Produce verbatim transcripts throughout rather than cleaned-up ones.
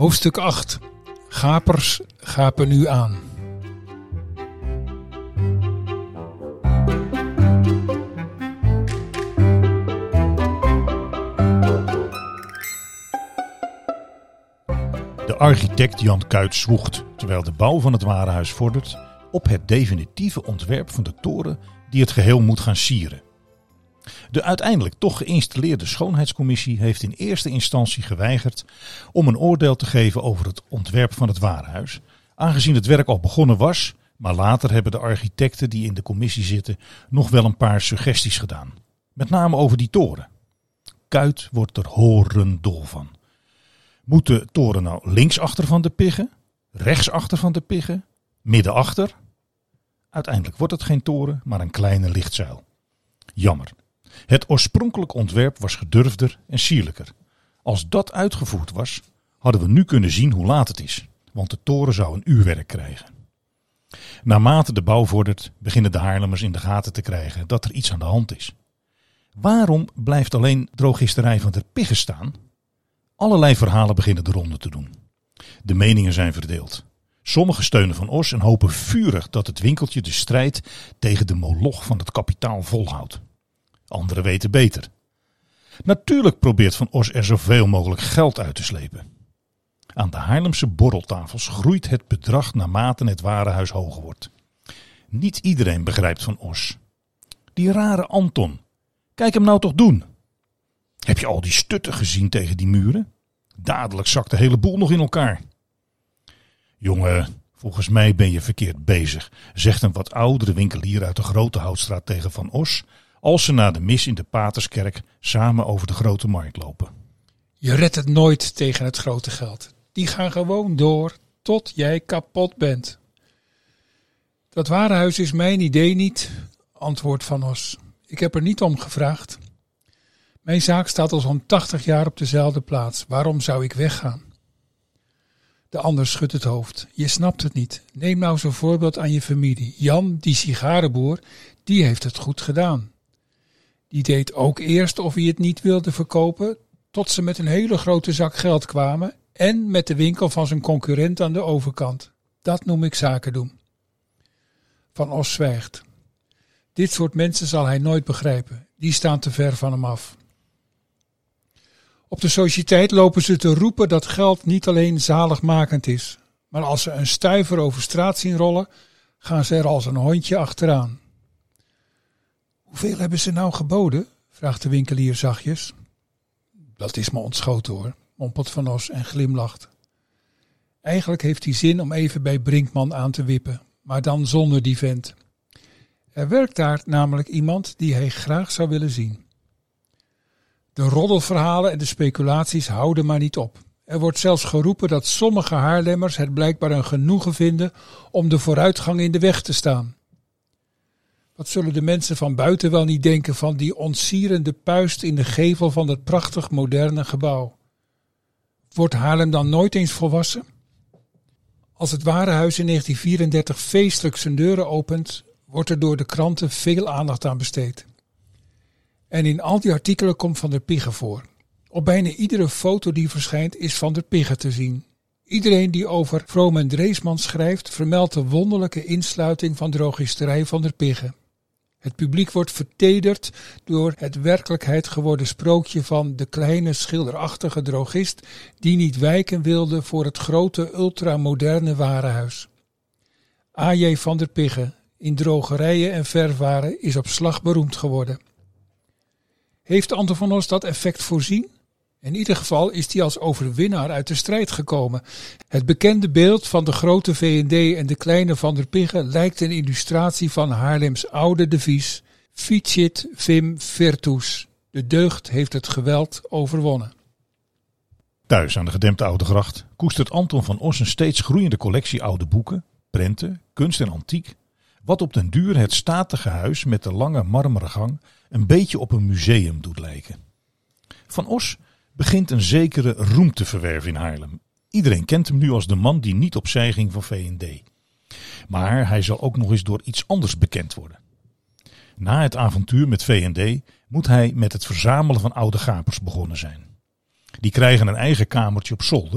Hoofdstuk acht. Gapers gapen nu aan. De architect Jan Kuyt zwoegt, terwijl de bouw van het warenhuis vordert, op het definitieve ontwerp van de toren die het geheel moet gaan sieren. De uiteindelijk toch geïnstalleerde schoonheidscommissie heeft in eerste instantie geweigerd om een oordeel te geven over het ontwerp van het warenhuis, aangezien het werk al begonnen was, maar later hebben de architecten die in de commissie zitten nog wel een paar suggesties gedaan. Met name over die toren. Kuyt wordt er horendol van. Moet de toren nou linksachter van de Piggen, rechtsachter van de Piggen, middenachter? Uiteindelijk wordt het geen toren, maar een kleine lichtzuil. Jammer. Het oorspronkelijk ontwerp was gedurfder en sierlijker. Als dat uitgevoerd was, hadden we nu kunnen zien hoe laat het is, want de toren zou een uurwerk krijgen. Naarmate de bouw vordert, beginnen de Haarlemmers in de gaten te krijgen dat er iets aan de hand is. Waarom blijft alleen drogisterij van der Piggen staan? Allerlei verhalen beginnen de ronde te doen. De meningen zijn verdeeld. Sommigen steunen Van Os en hopen vurig dat het winkeltje de strijd tegen de moloch van het kapitaal volhoudt. Anderen weten beter. Natuurlijk probeert Van Os er zoveel mogelijk geld uit te slepen. Aan de Haarlemse borreltafels groeit het bedrag naarmate het warenhuis hoger wordt. Niet iedereen begrijpt Van Os. Die rare Anton. Kijk hem nou toch doen. Heb je al die stutten gezien tegen die muren? Dadelijk zakt de hele boel nog in elkaar. Jongen, volgens mij ben je verkeerd bezig, zegt een wat oudere winkelier uit de Grote Houtstraat tegen Van Os, als ze na de mis in de Paterskerk samen over de Grote Markt lopen. Je redt het nooit tegen het grote geld. Die gaan gewoon door tot jij kapot bent. Dat warenhuis is mijn idee niet, antwoordt Van Os. Ik heb er niet om gevraagd. Mijn zaak staat al zo'n tachtig jaar op dezelfde plaats. Waarom zou ik weggaan? De ander schudt het hoofd. Je snapt het niet. Neem nou zo'n voorbeeld aan je familie. Jan, die sigarenboer, die heeft het goed gedaan. Die deed ook eerst of hij het niet wilde verkopen, tot ze met een hele grote zak geld kwamen en met de winkel van zijn concurrent aan de overkant. Dat noem ik zaken doen. Van Os zwijgt. Dit soort mensen zal hij nooit begrijpen. Die staan te ver van hem af. Op de sociëteit lopen ze te roepen dat geld niet alleen zaligmakend is. Maar als ze een stuiver over straat zien rollen, gaan ze er als een hondje achteraan. Hoeveel hebben ze nou geboden? Vraagt de winkelier zachtjes. Dat is me ontschoten hoor, mompelt Van Os en glimlacht. Eigenlijk heeft hij zin om even bij Brinkman aan te wippen, maar dan zonder die vent. Er werkt daar namelijk iemand die hij graag zou willen zien. De roddelverhalen en de speculaties houden maar niet op. Er wordt zelfs geroepen dat sommige Haarlemmers het blijkbaar een genoegen vinden om de vooruitgang in de weg te staan. Wat zullen de mensen van buiten wel niet denken van die ontsierende puist in de gevel van dat prachtig moderne gebouw? Wordt Haarlem dan nooit eens volwassen? Als het warenhuis in negentien vierendertig feestelijk zijn deuren opent, wordt er door de kranten veel aandacht aan besteed. En in al die artikelen komt Van der Piggen voor. Op bijna iedere foto die verschijnt is Van der Piggen te zien. Iedereen die over Vroom en Dreesman schrijft vermeldt de wonderlijke insluiting van drogisterij Van der Piggen. Het publiek wordt vertederd door het werkelijkheid geworden sprookje van de kleine schilderachtige drogist die niet wijken wilde voor het grote ultramoderne warenhuis. A J Van der Piggen in drogerijen en verfwaren is op slag beroemd geworden. Heeft Anton Van Os dat effect voorzien? In ieder geval is hij als overwinnaar uit de strijd gekomen. Het bekende beeld van de grote V en D en de kleine Van der Piggen lijkt een illustratie van Haarlems oude devies Ficit vim virtus. De deugd heeft het geweld overwonnen. Thuis aan de gedempte Oude Gracht koestert Anton Van Os een steeds groeiende collectie oude boeken, prenten, kunst en antiek, wat op den duur het statige huis met de lange marmeren gang een beetje op een museum doet lijken. Van Os begint een zekere roem te verwerven in Haarlem. Iedereen kent hem nu als de man die niet opzij ging van V en D. Maar hij zal ook nog eens door iets anders bekend worden. Na het avontuur met V en D moet hij met het verzamelen van oude gapers begonnen zijn. Die krijgen een eigen kamertje op zolder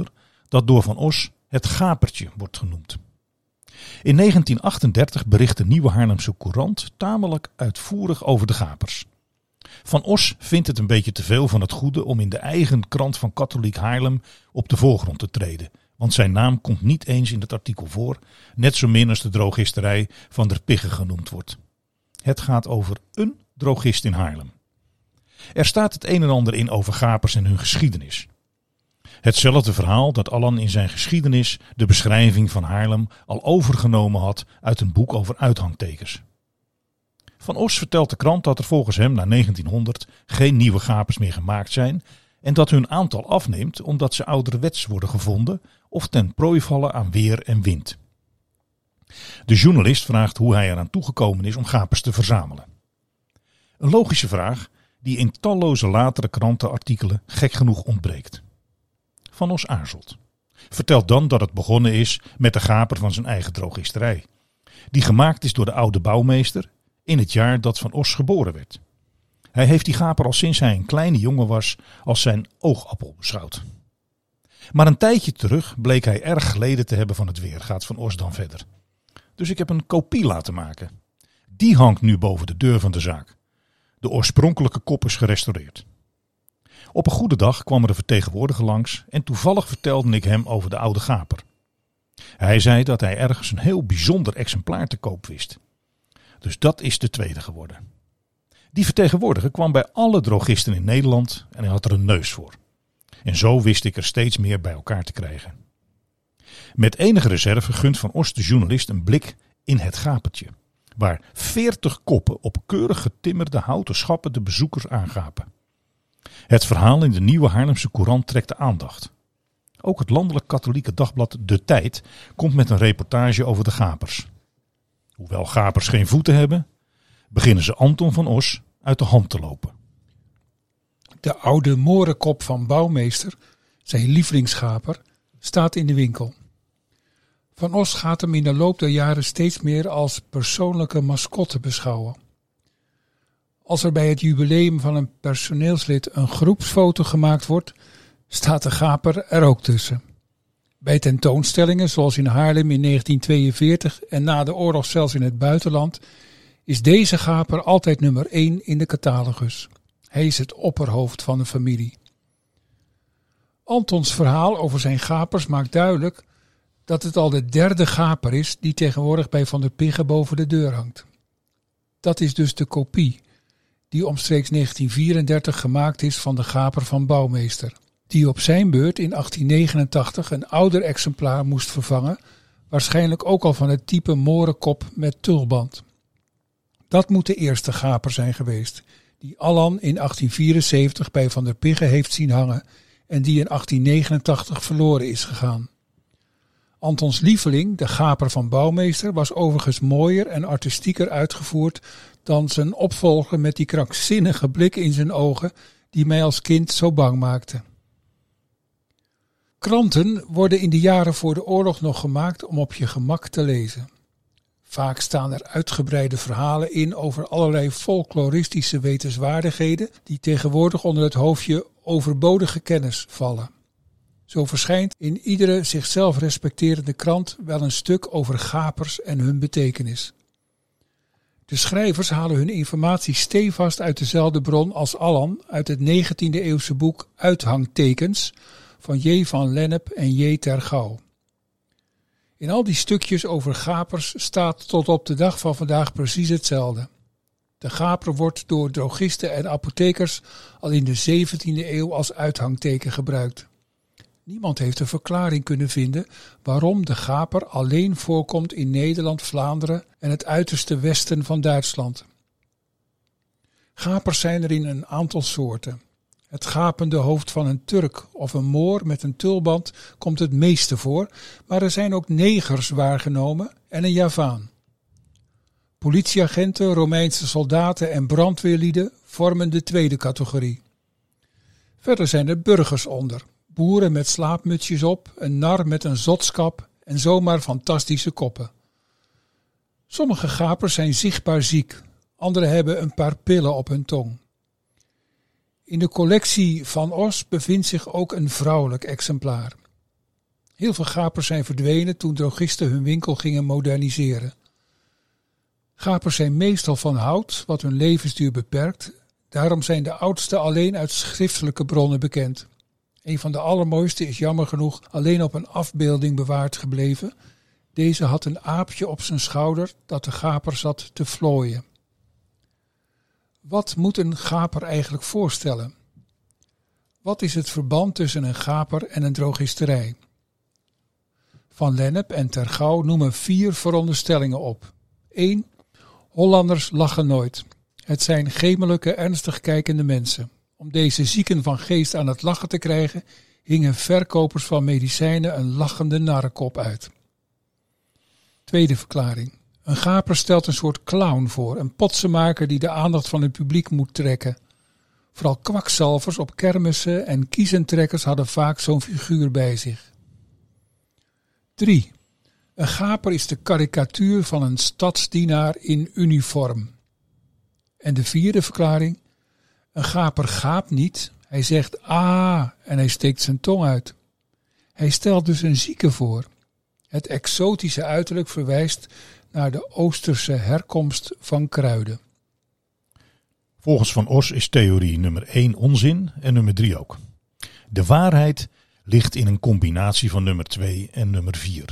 dat door Van Os het gapertje wordt genoemd. In negentien achtendertig bericht de Nieuwe Haarlemse Courant tamelijk uitvoerig over de gapers. Van Os vindt het een beetje te veel van het goede om in de eigen krant van Katholiek Haarlem op de voorgrond te treden. Want zijn naam komt niet eens in het artikel voor, net zo min als de drogisterij van der Pigge genoemd wordt. Het gaat over een drogist in Haarlem. Er staat het een en ander in over gapers en hun geschiedenis. Hetzelfde verhaal dat Allan in zijn geschiedenis de beschrijving van Haarlem al overgenomen had uit een boek over uithangtekens. Van Os vertelt de krant dat er volgens hem na negentienhonderd geen nieuwe gapers meer gemaakt zijn en dat hun aantal afneemt omdat ze ouderwets worden gevonden of ten prooi vallen aan weer en wind. De journalist vraagt hoe hij eraan toegekomen is om gapers te verzamelen. Een logische vraag die in talloze latere krantenartikelen gek genoeg ontbreekt. Van Os aarzelt. Vertelt dan dat het begonnen is met de gaper van zijn eigen drogisterij. Die gemaakt is door de oude bouwmeester in het jaar dat Van Os geboren werd. Hij heeft die gaper al sinds hij een kleine jongen was als zijn oogappel beschouwd. Maar een tijdje terug bleek hij erg geleden te hebben van het weer, gaat Van Os dan verder. Dus ik heb een kopie laten maken. Die hangt nu boven de deur van de zaak. De oorspronkelijke kop is gerestaureerd. Op een goede dag kwam er een vertegenwoordiger langs en toevallig vertelde ik hem over de oude gaper. Hij zei dat hij ergens een heel bijzonder exemplaar te koop wist. Dus dat is de tweede geworden. Die vertegenwoordiger kwam bij alle drogisten in Nederland en hij had er een neus voor. En zo wist ik er steeds meer bij elkaar te krijgen. Met enige reserve gunt Van Os de journalist een blik in het gapertje, waar veertig koppen op keurig getimmerde houten schappen de bezoekers aangapen. Het verhaal in de Nieuwe Haarlemse Courant trekt de aandacht. Ook het landelijk katholieke dagblad De Tijd komt met een reportage over de gapers. Hoewel gapers geen voeten hebben, beginnen ze Anton van Os uit de hand te lopen. De oude morenkop van bouwmeester, zijn lievelingsgaper, staat in de winkel. Van Os gaat hem in de loop der jaren steeds meer als persoonlijke mascotte beschouwen. Als er bij het jubileum van een personeelslid een groepsfoto gemaakt wordt, staat de gaper er ook tussen. Bij tentoonstellingen, zoals in Haarlem in negentien tweeënveertig en na de oorlog zelfs in het buitenland, is deze gaper altijd nummer één in de catalogus. Hij is het opperhoofd van de familie. Antons verhaal over zijn gapers maakt duidelijk dat het al de derde gaper is die tegenwoordig bij Van der Pigge boven de deur hangt. Dat is dus de kopie die omstreeks negentien vierendertig gemaakt is van de gaper van bouwmeester, die op zijn beurt in achttien negenentachtig een ouder exemplaar moest vervangen, waarschijnlijk ook al van het type morenkop met tulband. Dat moet de eerste gaper zijn geweest, die Allan in achttien vierenzeventig bij Van der Pigge heeft zien hangen en die in achttien negenentachtig verloren is gegaan. Antons lieveling, de gaper van bouwmeester, was overigens mooier en artistieker uitgevoerd dan zijn opvolger met die krankzinnige blik in zijn ogen die mij als kind zo bang maakte. Kranten worden in de jaren voor de oorlog nog gemaakt om op je gemak te lezen. Vaak staan er uitgebreide verhalen in over allerlei folkloristische wetenswaardigheden die tegenwoordig onder het hoofdje overbodige kennis vallen. Zo verschijnt in iedere zichzelf respecterende krant wel een stuk over gapers en hun betekenis. De schrijvers halen hun informatie stevast uit dezelfde bron als Allan uit het negentiende eeuwse boek Uithangtekens van J. van Lennep en J. ter Gouw. In al die stukjes over gapers staat tot op de dag van vandaag precies hetzelfde. De gaper wordt door drogisten en apothekers al in de zeventiende eeuw als uithangteken gebruikt. Niemand heeft een verklaring kunnen vinden waarom de gaper alleen voorkomt in Nederland, Vlaanderen en het uiterste westen van Duitsland. Gapers zijn er in een aantal soorten. Het gapende hoofd van een Turk of een Moor met een tulband komt het meeste voor, maar er zijn ook negers waargenomen en een Javaan. Politieagenten, Romeinse soldaten en brandweerlieden vormen de tweede categorie. Verder zijn er burgers onder. Boeren met slaapmutsjes op, een nar met een zotskap en zomaar fantastische koppen. Sommige gapers zijn zichtbaar ziek, anderen hebben een paar pillen op hun tong. In de collectie Van Os bevindt zich ook een vrouwelijk exemplaar. Heel veel gapers zijn verdwenen toen drogisten hun winkel gingen moderniseren. Gapers zijn meestal van hout, wat hun levensduur beperkt. Daarom zijn de oudste alleen uit schriftelijke bronnen bekend. Een van de allermooiste is jammer genoeg alleen op een afbeelding bewaard gebleven. Deze had een aapje op zijn schouder dat de gaper zat te vlooien. Wat moet een gaper eigenlijk voorstellen? Wat is het verband tussen een gaper en een drogisterij? Van Lennep en Tergouw noemen vier veronderstellingen op. één. Hollanders lachen nooit. Het zijn gemelijke, ernstig kijkende mensen. Om deze zieken van geest aan het lachen te krijgen, hingen verkopers van medicijnen een lachende narrenkop uit. Tweede verklaring. Een gaper stelt een soort clown voor, een potsenmaker die de aandacht van het publiek moet trekken. Vooral kwakzalvers op kermissen en kiezentrekkers hadden vaak zo'n figuur bij zich. drie. Een gaper is de karikatuur van een stadsdienaar in uniform. En de vierde verklaring. Een gaper gaapt niet, hij zegt ah en hij steekt zijn tong uit. Hij stelt dus een zieke voor. Het exotische uiterlijk verwijst naar de Oosterse herkomst van kruiden. Volgens Van Os is theorie nummer één onzin en nummer drie ook. De waarheid ligt in een combinatie van nummer twee en nummer vier.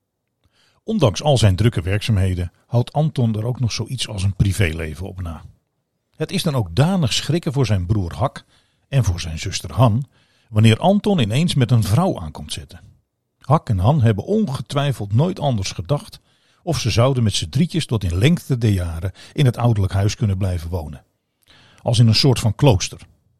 Ondanks al zijn drukke werkzaamheden houdt Anton er ook nog zoiets als een privéleven op na. Het is dan ook danig schrikken voor zijn broer Hak en voor zijn zuster Han wanneer Anton ineens met een vrouw aankomt zetten. Hak en Han hebben ongetwijfeld nooit anders gedacht of ze zouden met z'n drietjes tot in lengte der jaren in het ouderlijk huis kunnen blijven wonen. Als in een soort van klooster.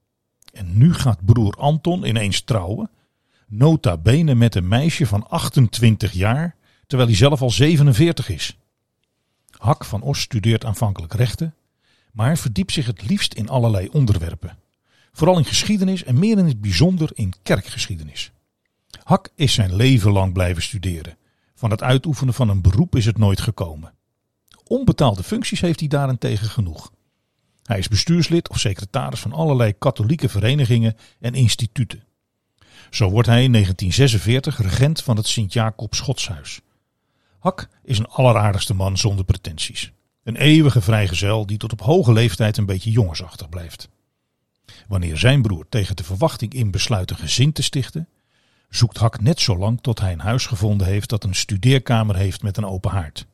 En nu gaat broer Anton ineens trouwen, nota bene met een meisje van achtentwintig jaar, terwijl hij zelf al zevenenveertig is. Hak van Os studeert aanvankelijk rechten, maar verdiept zich het liefst in allerlei onderwerpen. Vooral in geschiedenis en meer in het bijzonder in kerkgeschiedenis. Hak is zijn leven lang blijven studeren. Van het uitoefenen van een beroep is het nooit gekomen. Onbetaalde functies heeft hij daarentegen genoeg. Hij is bestuurslid of secretaris van allerlei katholieke verenigingen en instituten. Zo wordt hij in negentien zesenveertig regent van het Sint-Jacob Schotshuis. Hak is een alleraardigste man zonder pretenties. Een eeuwige vrijgezel die tot op hoge leeftijd een beetje jongensachtig blijft. Wanneer zijn broer tegen de verwachting in besluit een gezin te stichten, zoekt Hak net zo lang tot hij een huis gevonden heeft dat een studeerkamer heeft met een open haard.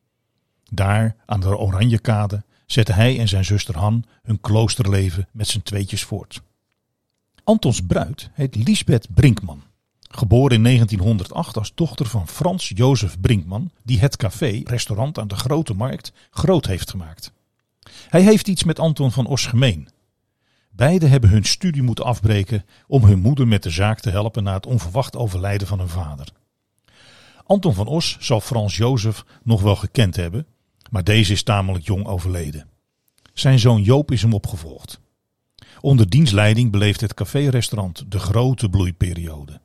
Daar, aan de Oranjekade, zetten hij en zijn zuster Han hun kloosterleven met z'n tweetjes voort. Antons bruid heet Liesbeth Brinkman. Geboren in negentienhonderdacht als dochter van Frans Jozef Brinkman, die het café, restaurant aan de Grote Markt, groot heeft gemaakt. Hij heeft iets met Anton van Os gemeen. Beiden hebben hun studie moeten afbreken om hun moeder met de zaak te helpen na het onverwacht overlijden van hun vader. Anton van Os zal Frans Jozef nog wel gekend hebben, maar deze is tamelijk jong overleden. Zijn zoon Joop is hem opgevolgd. Onder diens leiding beleeft het café-restaurant de grote bloeiperiode.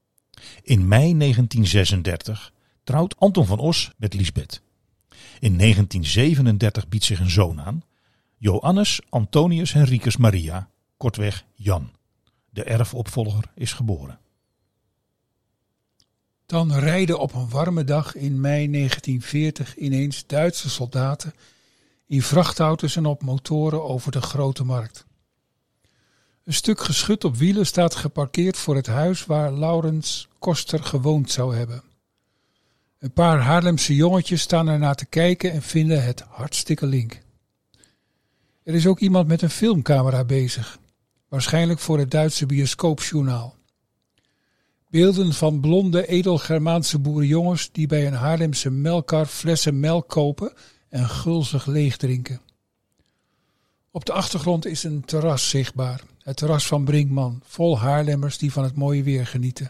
In mei negentien zesendertig trouwt Anton van Os met Liesbeth. In negentien zevenendertig biedt zich een zoon aan, Johannes Antonius Henricus Maria, kortweg Jan. De erfopvolger is geboren. Dan rijden op een warme dag in mei negentien veertig ineens Duitse soldaten in vrachtauto's en op motoren over de Grote Markt. Een stuk geschut op wielen staat geparkeerd voor het huis waar Laurens Koster gewoond zou hebben. Een paar Haarlemse jongetjes staan ernaar te kijken en vinden het hartstikke link. Er is ook iemand met een filmcamera bezig, waarschijnlijk voor het Duitse bioscoopjournaal. Beelden van blonde edelgermaanse boerenjongens die bij een Haarlemse melkkar flessen melk kopen en gulzig leeg drinken. Op de achtergrond is een terras zichtbaar, het terras van Brinkman, vol Haarlemmers die van het mooie weer genieten.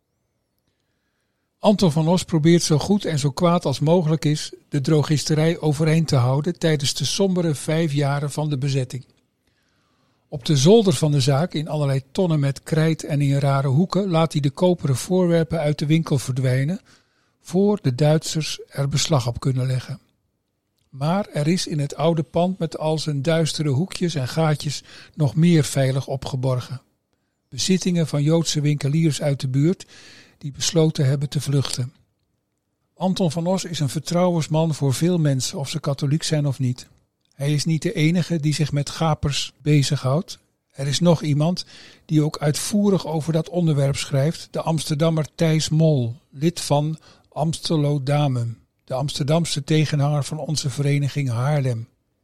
Anton van Os probeert zo goed en zo kwaad als mogelijk is de drogisterij overeind te houden tijdens de sombere vijf jaren van de bezetting. Op de zolder van de zaak, in allerlei tonnen met krijt en in rare hoeken, laat hij de koperen voorwerpen uit de winkel verdwijnen, voor de Duitsers er beslag op kunnen leggen. Maar er is in het oude pand met al zijn duistere hoekjes en gaatjes nog meer veilig opgeborgen. Bezittingen van Joodse winkeliers uit de buurt, die besloten hebben te vluchten. Anton van Os is een vertrouwensman voor veel mensen, of ze katholiek zijn of niet. Hij is niet de enige die zich met gapers bezighoudt. Er is nog iemand die ook uitvoerig over dat onderwerp schrijft, de Amsterdammer Thijs Mol, lid van Amstelodamum, de Amsterdamse tegenhanger van onze vereniging Haarlem.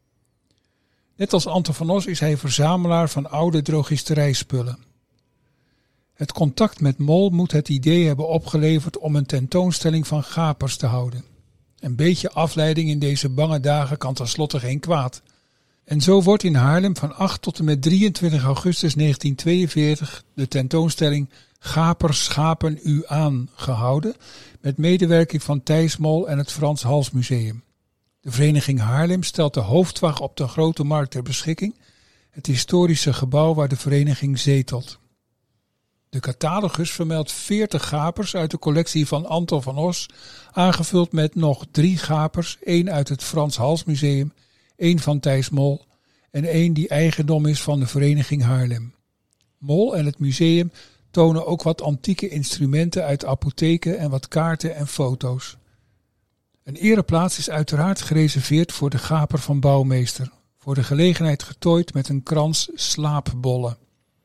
Net als Anton van Os is hij verzamelaar van oude drogisterijspullen. Het contact met Mol moet het idee hebben opgeleverd om een tentoonstelling van gapers te houden. Een beetje afleiding in deze bange dagen kan tenslotte geen kwaad. En zo wordt in Haarlem van acht tot en met drieëntwintig augustus negentien tweeënveertig de tentoonstelling Gapers schapen u aan gehouden, met medewerking van Thijs Mol en het Frans Hals Museum. De vereniging Haarlem stelt de hoofdwacht op de Grote Markt ter beschikking, het historische gebouw waar de vereniging zetelt. De catalogus vermeldt veertig gapers uit de collectie van Anton van Os, aangevuld met nog drie gapers, één uit het Frans Hals Museum, één van Thijs Mol en één die eigendom is van de vereniging Haarlem. Mol en het museum tonen ook wat antieke instrumenten uit apotheken en wat kaarten en foto's. Een ereplaats is uiteraard gereserveerd voor de gaper van Bouwmeester, voor de gelegenheid getooid met een krans slaapbollen.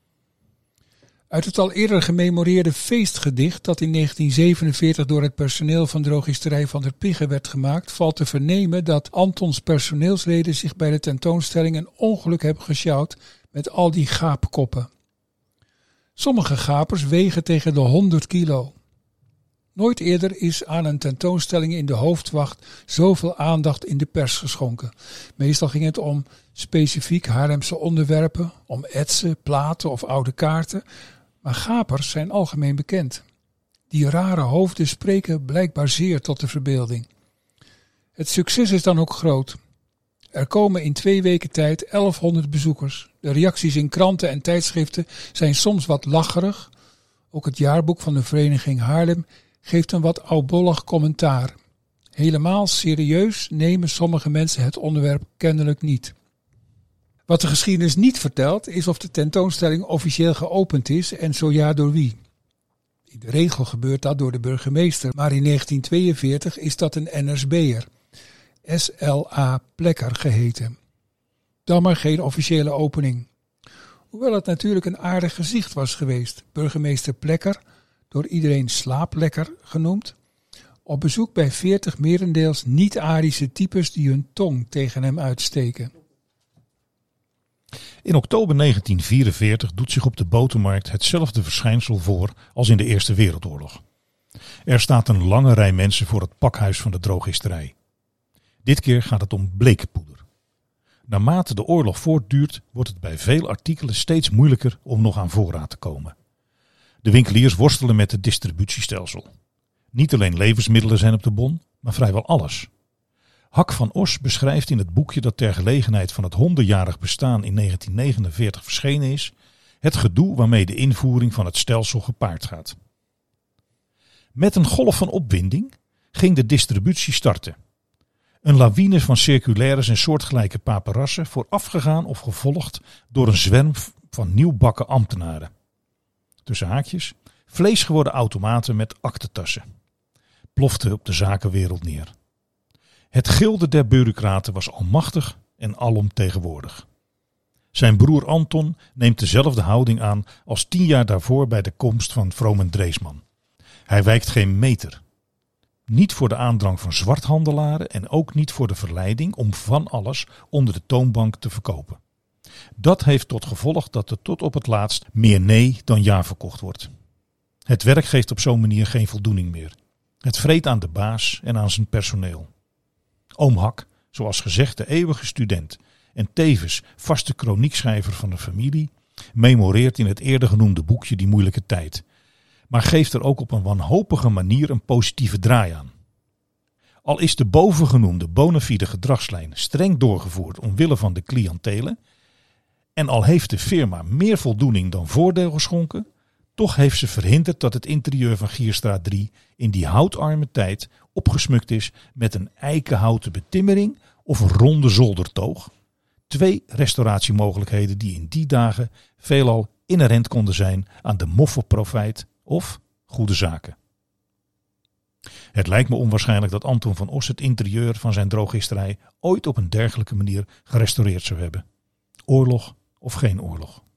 Uit het al eerder gememoreerde feestgedicht dat in negentien zevenenveertig door het personeel van drogisterij Van der Pigge werd gemaakt, valt te vernemen dat Antons personeelsleden zich bij de tentoonstelling een ongeluk hebben gesjouwd met al die gaapkoppen. Sommige gapers wegen tegen de honderd kilo. Nooit eerder is aan een tentoonstelling in de hoofdwacht zoveel aandacht in de pers geschonken. Meestal ging het om specifiek Haarlemse onderwerpen, om etsen, platen of oude kaarten. Maar gapers zijn algemeen bekend. Die rare hoofden spreken blijkbaar zeer tot de verbeelding. Het succes is dan ook groot. Er komen in twee weken tijd elfhonderd bezoekers. De reacties in kranten en tijdschriften zijn soms wat lacherig. Ook het jaarboek van de vereniging Haarlem geeft een wat oudbollig commentaar. Helemaal serieus nemen sommige mensen het onderwerp kennelijk niet. Wat de geschiedenis niet vertelt is of de tentoonstelling officieel geopend is en zo ja door wie. In de regel gebeurt dat door de burgemeester, maar in negentien tweeënveertig is dat een N S B'er, S L A Plekker geheten. Dan maar geen officiële opening. Hoewel het natuurlijk een aardig gezicht was geweest, burgemeester Plekker, door iedereen Slaaplekker genoemd, op bezoek bij veertig merendeels niet-Arische types die hun tong tegen hem uitsteken. In oktober negentien vierenveertig doet zich op de Botermarkt hetzelfde verschijnsel voor als in de Eerste Wereldoorlog. Er staat een lange rij mensen voor het pakhuis van de drogisterij. Dit keer gaat het om bleekpoeder. Naarmate de oorlog voortduurt, wordt het bij veel artikelen steeds moeilijker om nog aan voorraad te komen. De winkeliers worstelen met het distributiestelsel. Niet alleen levensmiddelen zijn op de bon, maar vrijwel alles. Hak van Os beschrijft in het boekje dat ter gelegenheid van het honderdjarig bestaan in negentien negenenveertig verschenen is, het gedoe waarmee de invoering van het stelsel gepaard gaat. Met een golf van opwinding ging de distributie starten. Een lawine van circulaires en soortgelijke paperassen, voorafgegaan of gevolgd door een zwerm van nieuwbakken ambtenaren. Tussen haakjes, vleesgeworden automaten met aktentassen. Plofte op de zakenwereld neer. Het gilde der bureaucraten was almachtig en alomtegenwoordig. Zijn broer Anton neemt dezelfde houding aan als tien jaar daarvoor bij de komst van Vroom en Dreesman. Hij wijkt geen meter. Niet voor de aandrang van zwarthandelaren en ook niet voor de verleiding om van alles onder de toonbank te verkopen. Dat heeft tot gevolg dat er tot op het laatst meer nee dan ja verkocht wordt. Het werk geeft op zo'n manier geen voldoening meer. Het vreet aan de baas en aan zijn personeel. Oom Hak, zoals gezegd de eeuwige student en tevens vaste kroniekschrijver van de familie, memoreert in het eerder genoemde boekje die moeilijke tijd, maar geeft er ook op een wanhopige manier een positieve draai aan. Al is de bovengenoemde bona fide gedragslijn streng doorgevoerd omwille van de cliëntelen, en al heeft de firma meer voldoening dan voordeel geschonken, toch heeft ze verhinderd dat het interieur van Gierstraat drie in die houtarme tijd opgesmukt is met een eikenhouten betimmering of een ronde zoldertoog. Twee restauratiemogelijkheden die in die dagen veelal inherent konden zijn aan de moffe profijt of goede zaken. Het lijkt me onwaarschijnlijk dat Anton van Os het interieur van zijn drogisterij ooit op een dergelijke manier gerestaureerd zou hebben. Oorlog of geen oorlog.